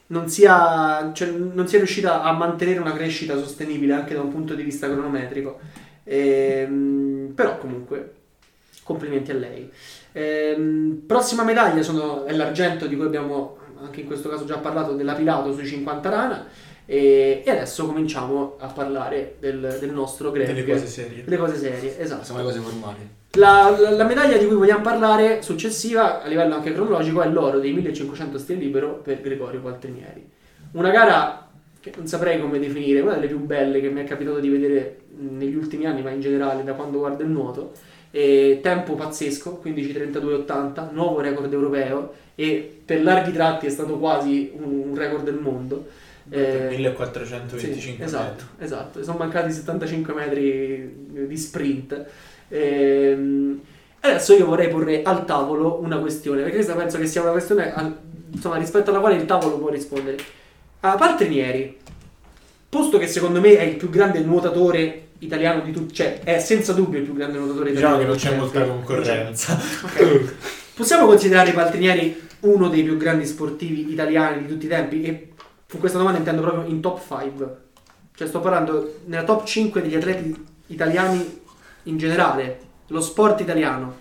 non sia, cioè, non sia riuscita a mantenere una crescita sostenibile anche da un punto di vista cronometrico. Ehm, però comunque complimenti a lei. Ehm, prossima medaglia sono, è l'argento, di cui abbiamo anche in questo caso già parlato, della Pilato sui cinquanta rana, e, e adesso cominciamo a parlare del, del nostro Greg, delle cose serie. delle cose serie, esatto. Sono le cose formali. La, la, la medaglia di cui vogliamo parlare successiva a livello anche cronologico è l'oro dei millecinquecento stile libero per Gregorio Paltrinieri. Una gara che non saprei come definire, una delle più belle che mi è capitato di vedere negli ultimi anni, ma in generale da quando guardo il nuoto. E tempo pazzesco, quindici trentadue ottanta, nuovo record europeo, e per larghi tratti è stato quasi un, un record del mondo. Eh, millequattrocentoventicinque sì, esatto, metri. Esatto, sono mancati settantacinque metri di sprint. Ehm, adesso io vorrei porre al tavolo una questione, perché questa penso che sia una questione al, insomma, rispetto alla quale il tavolo può rispondere. A Paltrinieri, posto che secondo me è il più grande nuotatore italiano di tutti, cioè è senza dubbio il più grande nuotatore Diciamo italiano. che non c'è molta concorrenza. Okay. Possiamo considerare Paltrinieri uno dei più grandi sportivi italiani di tutti i tempi? E con questa domanda intendo proprio in top cinque. Cioè sto parlando nella top cinque degli atleti italiani in generale, lo sport italiano.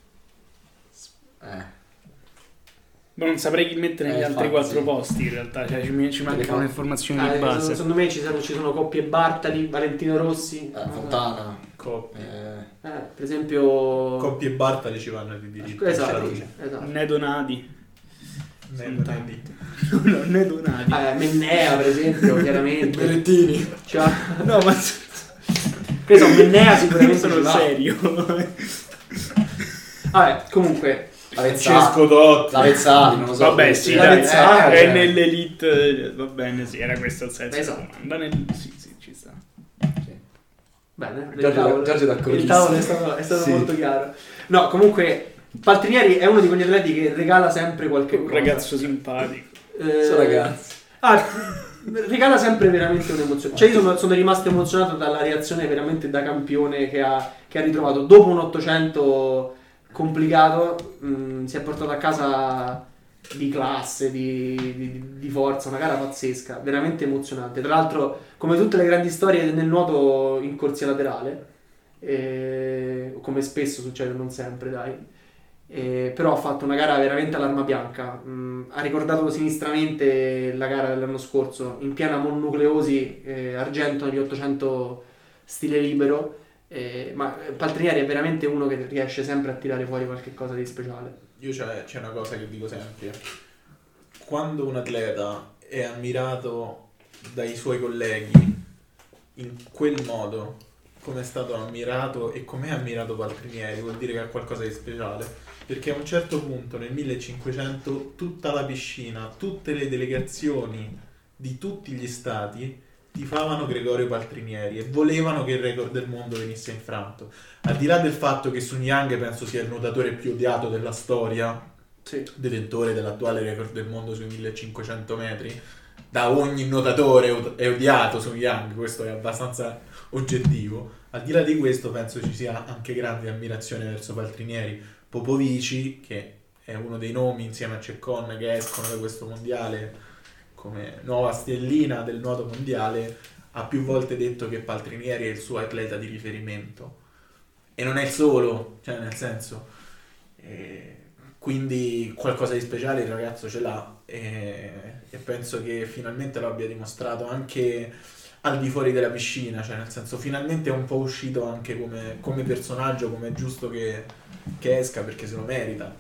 Eh. Ma non saprei chi mettere negli Eh, altri infatti, quattro sì. posti in realtà, cioè ci, ci mancano fa- le informazioni Ah, di eh, base. secondo me ci sono, ci sono coppie Bartali, Valentino Rossi, Eh, Fontana. Coppie. Eh, eh, per esempio. Coppie e Bartali ci vanno di diritto. Esatto, esatto. Nedo Nadi. Nedo. No, no, Nedo Nadi. Ah, Mennea per esempio, chiaramente. Berettini. Cioè, No, ma questo Mennea sicuramente sono ci va. serio. Vabbè, comunque Francesco Dotti. Lavezzali, non lo so. Vabbè, sì, La dai, Vezzali, è eh. nell'elite, va bene, sì, era questo il senso. Esatto. della domanda. Nel- sì, sì, ci sta. Sì. bene, il Giorgio- tavolo, Giorgio è d'accordissimo. il tavolo è stato, è stato Sì. molto chiaro. No, comunque Paltrinieri è uno di quegli atleti che regala sempre qualche Un cosa. ragazzo simpatico. Eh, Sono ragazzi. Ah, regala sempre veramente un'emozione. Cioè io sono, sono rimasto emozionato dalla reazione veramente da campione che ha, che ha ritrovato. Dopo un ottocento complicato, mh, si è portato a casa di classe, di, di, di forza, una gara pazzesca, veramente emozionante. Tra l'altro, come tutte le grandi storie nel nuoto, in corsia laterale, eh, come spesso succede, non sempre, dai. Eh, però ha fatto una gara veramente all'arma bianca. Mm, ha ricordato sinistramente la gara dell'anno scorso in piena mononucleosi, eh, argento negli ottocento stile libero, eh, ma Paltrinieri è veramente uno che riesce sempre a tirare fuori qualche cosa di speciale. Io c'è, c'è una cosa che dico sempre: quando un atleta è ammirato dai suoi colleghi in quel modo, come è stato ammirato e come è ammirato Paltrinieri, vuol dire che ha qualcosa di speciale. Perché a un certo punto nel millecinquecento tutta la piscina, tutte le delegazioni di tutti gli stati tifavano Gregorio Paltrinieri e volevano che il record del mondo venisse infranto. Al di là del fatto che Sun Yang penso sia il nuotatore più odiato della storia, Sì. detentore dell'attuale record del mondo sui millecinquecento metri, da ogni nuotatore è odiato Sun Yang, questo è abbastanza oggettivo. Al di là di questo penso ci sia anche grande ammirazione verso Paltrinieri. Popovici, che è uno dei nomi insieme a Ceccon che escono da questo mondiale come nuova stellina del nuoto mondiale, ha più volte detto che Paltrinieri è il suo atleta di riferimento, e non è il solo, cioè nel senso, eh, quindi qualcosa di speciale il ragazzo ce l'ha, e, e penso che finalmente lo abbia dimostrato anche al di fuori della piscina, cioè nel senso finalmente è un po' uscito anche come, come personaggio, come è giusto che, che esca, perché se lo merita.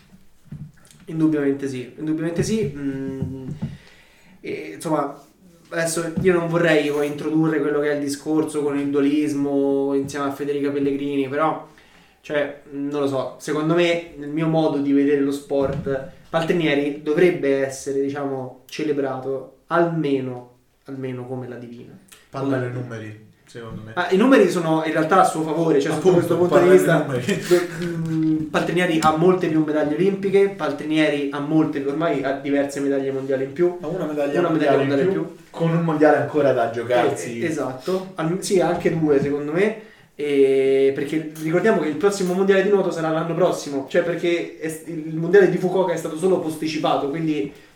Indubbiamente sì, indubbiamente sì. Mm, e, insomma, adesso io non vorrei poi introdurre quello che è il discorso con il dualismo insieme a Federica Pellegrini, però, cioè, non lo so, secondo me, nel mio modo di vedere lo sport, Paltrinieri dovrebbe essere, diciamo, celebrato almeno, almeno come la divina. Parlare numeri, secondo me. Ah, i numeri sono in realtà a suo favore, cioè sotto Appunto, questo punto di parlare vista di mm, Paltrinieri ha molte più medaglie olimpiche, Paltrinieri ha molte, ormai ha diverse medaglie mondiali in più, Ha una medaglia, una medaglia mondiale mondiale in in più, più, con un mondiale ancora da giocarsi. Eh, esatto, Al- sì, anche due secondo me, e perché ricordiamo che il prossimo mondiale di nuoto sarà l'anno prossimo, cioè perché è- il mondiale di Fukuoka è stato solo posticipato, quindi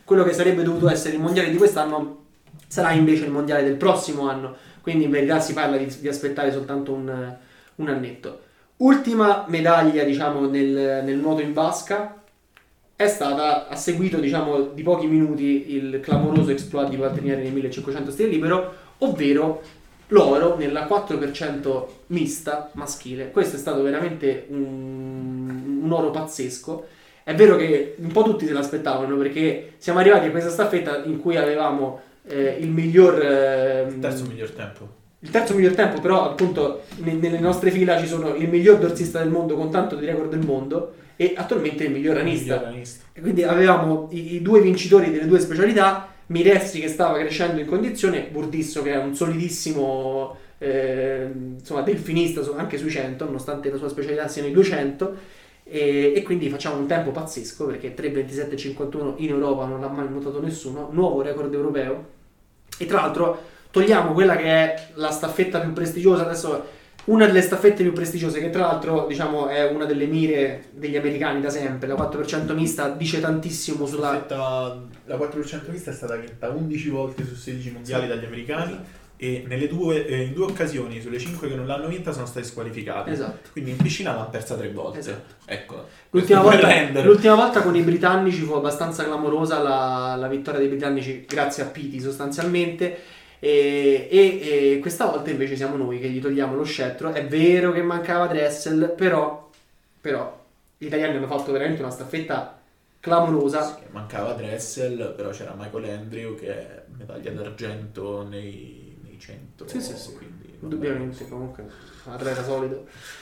quello che sarebbe dovuto essere il mondiale di quest'anno sarà invece il mondiale del prossimo anno, quindi in verità si parla di, di aspettare soltanto un, un annetto. Ultima medaglia, diciamo, nel, nel nuoto in vasca è stata, ha seguito, diciamo, di pochi minuti il clamoroso exploit di Paltrinieri nel millecinquecento stile libero, ovvero l'oro nella quattro per cento mista maschile. Questo è stato veramente un, un oro pazzesco. È vero che un po' tutti se l'aspettavano, perché siamo arrivati a questa staffetta in cui avevamo eh, il miglior eh, il terzo miglior tempo il terzo miglior tempo, però appunto ne, nelle nostre fila ci sono il miglior dorsista del mondo con tanto di record del mondo e attualmente il miglior ranista, il miglior ranista. E quindi avevamo i, i due vincitori delle due specialità, Miressi che stava crescendo in condizione, Burdisso che è un solidissimo eh, insomma delfinista anche sui cento, nonostante la sua specialità siano i duecento, e, e quindi facciamo un tempo pazzesco, perché tre ventisette cinquantuno in Europa non l'ha mai notato nessuno, nuovo record europeo. E tra l'altro togliamo quella che è la staffetta più prestigiosa, adesso una delle staffette più prestigiose, che tra l'altro, diciamo, è una delle mire degli americani da sempre, la quattro per cento mista dice tantissimo sulla... Staffetta, la quattro per cento mista è stata vinta undici volte su sedici mondiali Sì. dagli americani. Esatto. E nelle due, eh, in due occasioni sulle cinque che non l'hanno vinta sono stati squalificati. Esatto. Quindi in piscina l'hanno persa tre volte. Esatto. Ecco. L'ultima Questo volta, per rendere. l'ultima volta con i britannici fu abbastanza clamorosa la, la vittoria dei britannici grazie a Pitti sostanzialmente, e, e, e questa volta invece siamo noi che gli togliamo lo scettro. È vero che mancava Dressel, però, però gli italiani hanno fatto veramente una staffetta clamorosa. Sì, mancava Dressel, però c'era Michael Andrew che è medaglia d'argento nei, nei cento. Sì, sì, sì. Quindi, Indubbiamente, comunque un atleta solido.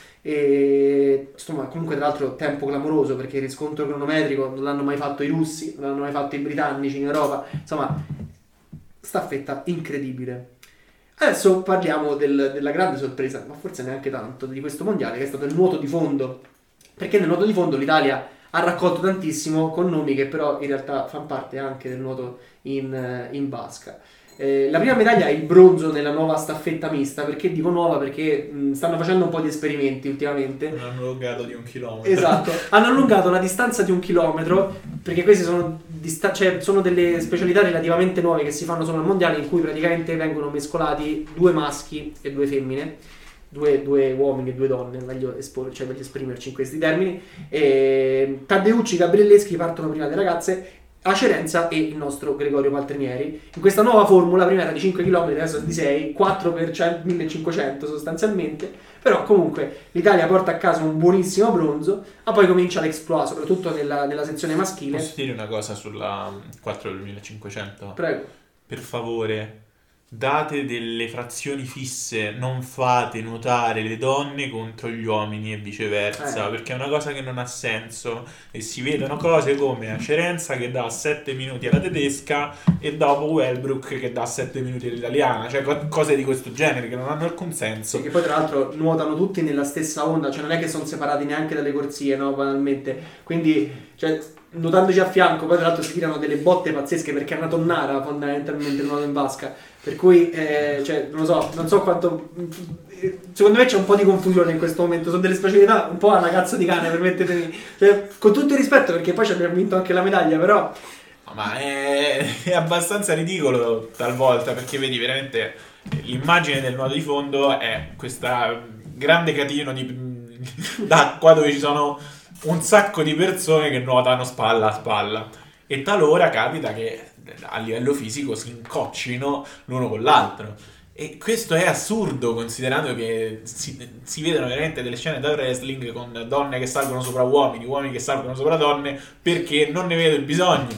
E insomma, comunque tra l'altro tempo clamoroso, perché il riscontro cronometrico non l'hanno mai fatto i russi, non l'hanno mai fatto i britannici in Europa, insomma staffetta incredibile. Adesso parliamo del, della grande sorpresa, ma forse neanche tanto, di questo mondiale, che è stato il nuoto di fondo, perché nel nuoto di fondo l'Italia ha raccolto tantissimo con nomi che però in realtà fanno parte anche del nuoto in, in vasca. Eh, la prima medaglia è il bronzo nella nuova staffetta mista. Perché dico nuova? Perché mh, stanno facendo un po' di esperimenti ultimamente. hanno allungato di un chilometro. Esatto, hanno allungato la distanza di un chilometro, perché queste sono, dista- cioè, sono delle specialità relativamente nuove che si fanno solo al mondiale, in cui praticamente vengono mescolati due maschi e due femmine, due, due uomini e due donne, meglio, espo- cioè, meglio esprimerci in questi termini. E Taddeucci e Gabrielleschi partono prima delle ragazze, Acerenza e il nostro Gregorio Paltrinieri. In questa nuova formula, prima era di cinque chilometri, adesso è di sei, quattro per millecinquecento sostanzialmente, però comunque l'Italia porta a casa un buonissimo bronzo, ma poi comincia l'exploit, soprattutto nella, nella sezione maschile. Posso dire una cosa sulla quattro per millecinquecento? Prego. Per favore, date delle frazioni fisse, non fate nuotare le donne contro gli uomini e viceversa, Eh. perché è una cosa che non ha senso e si vedono cose come Acerenza che dà sette minuti alla tedesca e dopo Wellbrook che dà sette minuti all'italiana, cioè co- cose di questo genere che non hanno alcun senso. Sì, che poi tra l'altro nuotano tutti nella stessa onda, cioè non è che sono separati neanche dalle corsie, no, banalmente. Quindi, cioè, nuotandoci a fianco, poi tra l'altro si tirano delle botte pazzesche, perché è una tonnara fondamentalmente il nuoto in vasca. Per cui, eh, cioè, non lo so, non so quanto... Secondo me c'è un po' di confusione in questo momento, sono delle specialità un po' alla cazzo di cane, permettetemi. Cioè, con tutto il rispetto, perché poi ci abbiamo vinto anche la medaglia, però... Ma è, è abbastanza ridicolo talvolta, perché vedi veramente l'immagine del nuoto di fondo è questa grande catino di d'acqua dove ci sono un sacco di persone che nuotano spalla a spalla e talora capita che a livello fisico si incoccino l'uno con l'altro, e questo è assurdo considerando che si, si vedono veramente delle scene da wrestling con donne che salgono sopra uomini, uomini che salgono sopra donne, perché non ne vedo il bisogno.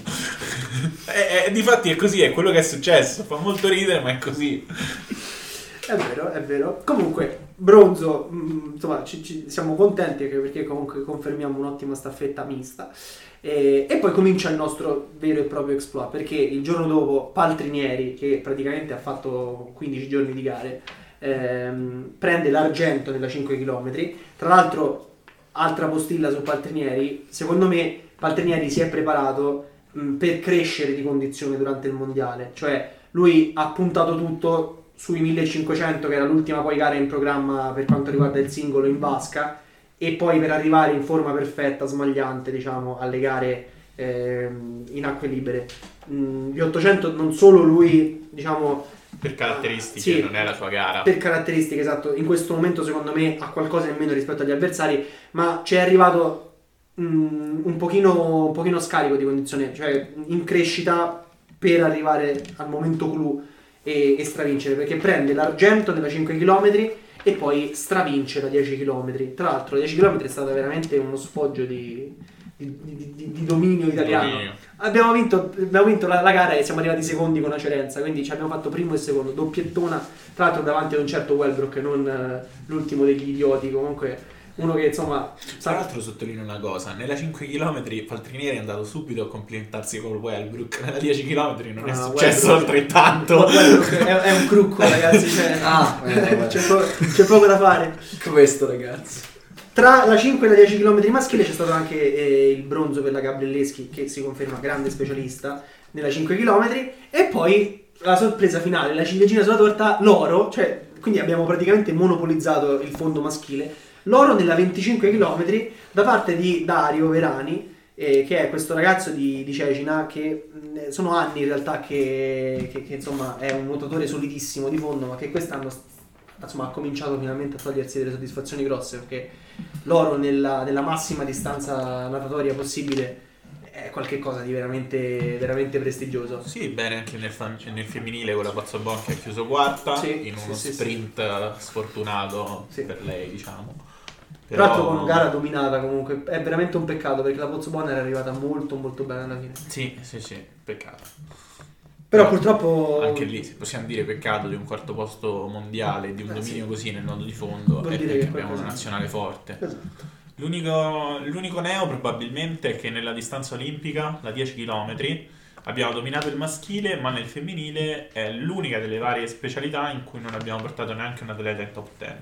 e, e, difatti è così, è quello che è successo, fa molto ridere ma è così. È vero, è vero. Comunque, bronzo, mh, insomma, ci, ci, siamo contenti perché comunque confermiamo un'ottima staffetta mista. E, e poi comincia il nostro vero e proprio exploit, perché il giorno dopo Paltrinieri, che praticamente ha fatto quindici giorni di gare, ehm, prende l'argento nella cinque chilometri. Tra l'altro, altra postilla su Paltrinieri, secondo me Paltrinieri si è preparato mh, per crescere di condizione durante il mondiale, cioè lui ha puntato tutto sui millecinquecento, che era l'ultima poi gara in programma per quanto riguarda il singolo in vasca, e poi per arrivare in forma perfetta, smagliante, diciamo, alle gare ehm, in acque libere. Mm, gli ottocento non solo lui, diciamo, per caratteristiche, sì, non è la sua gara. Per caratteristiche, esatto. In questo momento secondo me ha qualcosa in meno rispetto agli avversari, ma ci è arrivato mm, un pochino un pochino scarico di condizione, cioè in crescita per arrivare al momento clou e, e stravincere, perché prende l'argento nella cinque chilometri e poi stravince la dieci chilometri. Tra l'altro la dieci chilometri è stata veramente uno sfoggio di, di, di, di, di dominio italiano. Dominio. Abbiamo vinto, abbiamo vinto la, la gara e siamo arrivati secondi con la Cerenza, quindi ci abbiamo fatto primo e secondo, doppiettona, tra l'altro davanti ad un certo Wellbrook, non uh, l'ultimo degli idioti, comunque uno che insomma... Tra l'altro sottolineo una cosa, nella cinque chilometri Paltrinieri è andato subito a complimentarsi col Wellbrook, nella dieci chilometri non ah, è successo altrettanto. È, è un trucco, ragazzi, cioè, ah, eh, c'è, po- c'è poco da fare. Questo, ragazzi. Tra la cinque e la dieci chilometri maschile c'è stato anche eh, il bronzo per la Gabrielleschi, che si conferma grande specialista nella cinque chilometri, e poi la sorpresa finale, la ciliegina sulla torta, l'oro, cioè quindi abbiamo praticamente monopolizzato il fondo maschile. L'oro nella venticinque chilometri da parte di Dario Verani, eh, che è questo ragazzo di, di Cecina, che mh, sono anni in realtà che, che, che insomma è un nuotatore solidissimo di fondo, ma che quest'anno insomma ha cominciato finalmente a togliersi delle soddisfazioni grosse, perché l'oro nella, nella massima distanza natatoria possibile è qualcosa di veramente, veramente prestigioso. Sì, bene anche nel, fam- nel femminile con la Pozzobon che ha chiuso quarta, sì, in uno sì, sprint sì. sfortunato sì. per lei, diciamo. Però... Tra l'altro con gara dominata comunque, è veramente un peccato perché la Pozzobon era arrivata molto molto bene alla fine. Sì, sì, sì, peccato. Però, Però purtroppo... Anche lì possiamo dire peccato di un quarto posto mondiale, di un eh, dominio sì. così nel nodo di fondo, e che abbiamo una nazionale forte. Esatto. L'unico, l'unico neo probabilmente è che nella distanza olimpica, la dieci chilometri, abbiamo dominato il maschile, ma nel femminile è l'unica delle varie specialità in cui non abbiamo portato neanche un atleta in top dieci.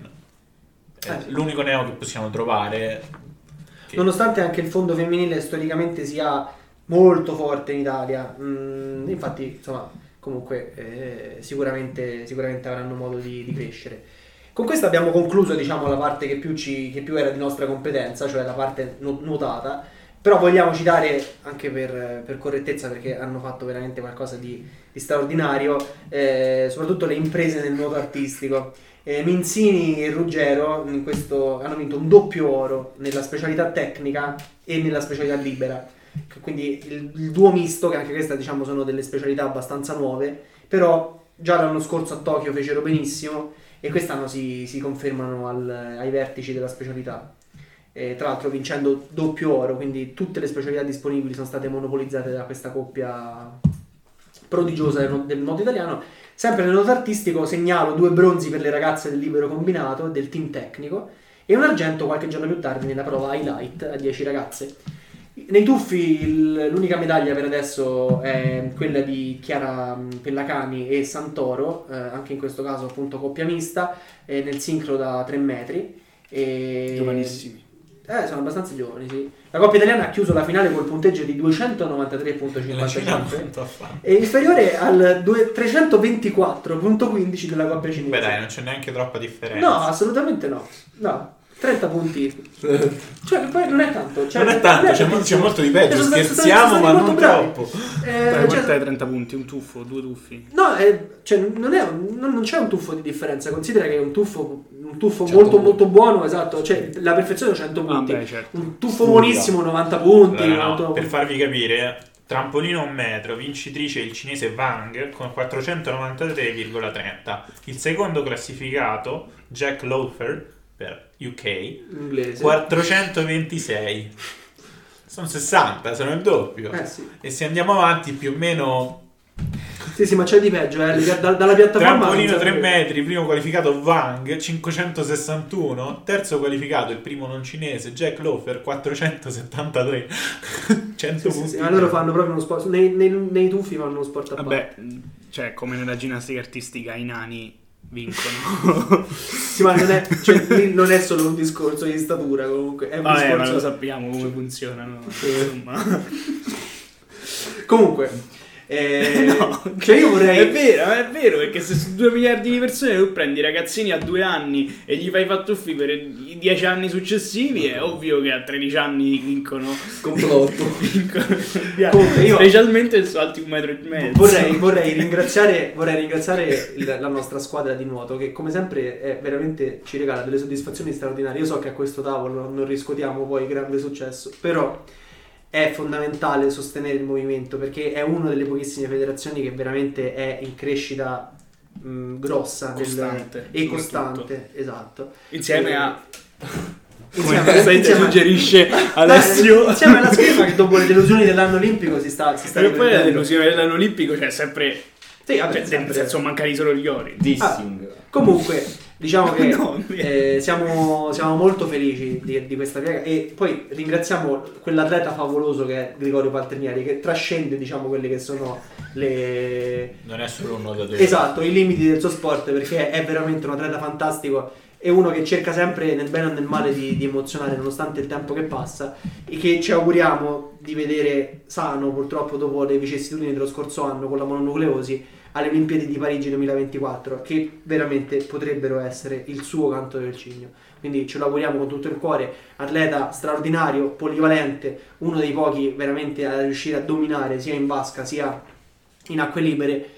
È eh, sì. l'unico neo che possiamo trovare. Che... Nonostante anche il fondo femminile storicamente sia molto forte in Italia, mm, infatti insomma comunque eh, sicuramente, sicuramente avranno modo di, di crescere. Con questo abbiamo concluso, diciamo, la parte che più, ci, che più era di nostra competenza, cioè la parte nu- nuotata, però vogliamo citare, anche per, per correttezza, perché hanno fatto veramente qualcosa di, di straordinario, eh, soprattutto le imprese nel nuoto artistico. Eh, Minzini e Ruggero in questo hanno vinto un doppio oro nella specialità tecnica e nella specialità libera, quindi il, il duo misto, che anche queste diciamo sono delle specialità abbastanza nuove, però già l'anno scorso a Tokyo fecero benissimo e quest'anno si, si confermano al, ai vertici della specialità, e tra l'altro vincendo doppio oro, quindi tutte le specialità disponibili sono state monopolizzate da questa coppia prodigiosa del, del nuoto italiano. Sempre nel nuoto artistico segnalo due bronzi per le ragazze del libero combinato del team tecnico e un argento qualche giorno più tardi nella prova highlight a dieci ragazze. Nei tuffi il, l'unica medaglia per adesso è quella di Chiara Pellacani e Santoro, eh, anche in questo caso appunto coppia mista, eh, nel sincro da tre metri. E... Giovanissimi. Eh, sono abbastanza giovani, sì. La coppia italiana ha chiuso la finale col punteggio di duecentonovantatré virgola cinquantacinque e inferiore al trecentoventiquattro virgola quindici della coppia cinese. Beh dai, non c'è neanche troppa differenza. No, assolutamente no. No. trenta punti, cioè poi non è tanto, cioè, non è tanto, c'è, mo- c'è molto di peggio, scherziamo ma non bravi. troppo eh, Dai, quanto è trenta punti? Un tuffo? Due tuffi? No, eh, cioè, non, è, non, non c'è un tuffo di differenza, considera che è un tuffo, un tuffo molto punti. molto buono, esatto, cioè la perfezione cento punti, ah, beh, certo. Un tuffo Studia. buonissimo novanta punti. Allora, no, novanta... Per farvi capire, trampolino un metro, vincitrice il cinese Wang con quattrocentonovantatré virgola trenta, il secondo classificato Jack Lawfer per U K inglese quattrocentoventisei, sono sessanta, sono il doppio. Eh sì. E se andiamo avanti più o meno sì sì ma c'è di peggio, eh. da, dalla piattaforma trampolino tre metri, primo qualificato Wang cinquecentosessantuno, terzo qualificato il primo non cinese Jack Lawfer quattrocentosettantatré. cento sì, punti. Sì, sì. Ma loro fanno proprio uno sport nei, nei, nei tuffi fanno uno sport a parte. Vabbè, cioè come nella ginnastica artistica i nani vincono. Sì, ma non è, cioè, non è solo un discorso di statura, comunque è un Vabbè, discorso... ma lo sappiamo come funzionano, insomma. Comunque Eh, No, cioè io vorrei... È vero, è vero, perché se su due miliardi di persone tu prendi i ragazzini a due anni e gli fai fattuffi per i dieci anni successivi, è ovvio che a tredici anni vincono. Complotto. vincono Comunque io- specialmente se alti un metro e mezzo. Vorrei, vorrei ringraziare, vorrei ringraziare il- la nostra squadra di nuoto che come sempre è veramente ci regala delle soddisfazioni straordinarie. Io so che a questo tavolo non riscuotiamo poi grande successo, però è fondamentale sostenere il movimento perché è una delle pochissime federazioni che veramente è in crescita mh, grossa del- Costante, e soprattutto. costante, esatto. Insieme E- a insieme- come sai, insieme- suggerisce Alessio. Beh, insieme alla scherma che dopo le delusioni dell'anno olimpico si sta, si sta E poi la riprendendo. delusione dell'anno olimpico, cioè sempre, Sì, vabbè, cioè, sempre- nel senso mancati solo gli ori. Dissing. Comunque, diciamo che No, eh, siamo, siamo molto felici di, di questa piega e poi ringraziamo quell'atleta favoloso che è Gregorio Paltrinieri che trascende, diciamo, quelle che sono le... Non è solo un nuotatore. Esatto, i limiti del suo sport perché è veramente un atleta fantastico e uno che cerca sempre nel bene o nel male di, di emozionare nonostante il tempo che passa e che ci auguriamo di vedere sano purtroppo dopo le vicissitudini dello scorso anno con la mononucleosi alle Olimpiadi di Parigi duemilaventiquattro che veramente potrebbero essere il suo canto del cigno. Quindi ce lo auguriamo con tutto il cuore, atleta straordinario, polivalente, uno dei pochi veramente a riuscire a dominare sia in vasca sia in acque libere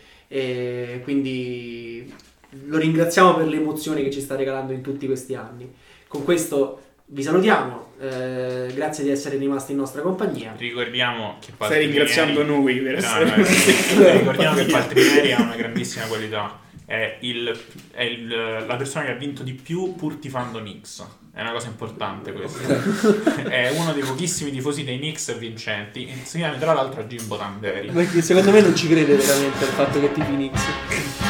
e quindi lo ringraziamo per le emozioni che ci sta regalando in tutti questi anni. Con questo vi salutiamo, eh, grazie di essere rimasti in nostra compagnia. Ricordiamo che Stai Paltrinieri- ringraziando noi per No, essere no, no, ricordiamo che Paltrinieri ha una grandissima qualità. È, il, è il, la persona che ha vinto di più pur tifando Knicks. È una cosa importante questa. È uno dei pochissimi tifosi dei Knicks vincenti. Insieme tra l'altro a Jimbo Tanderi. Perché secondo me non ci crede veramente al fatto che ti Phoenix.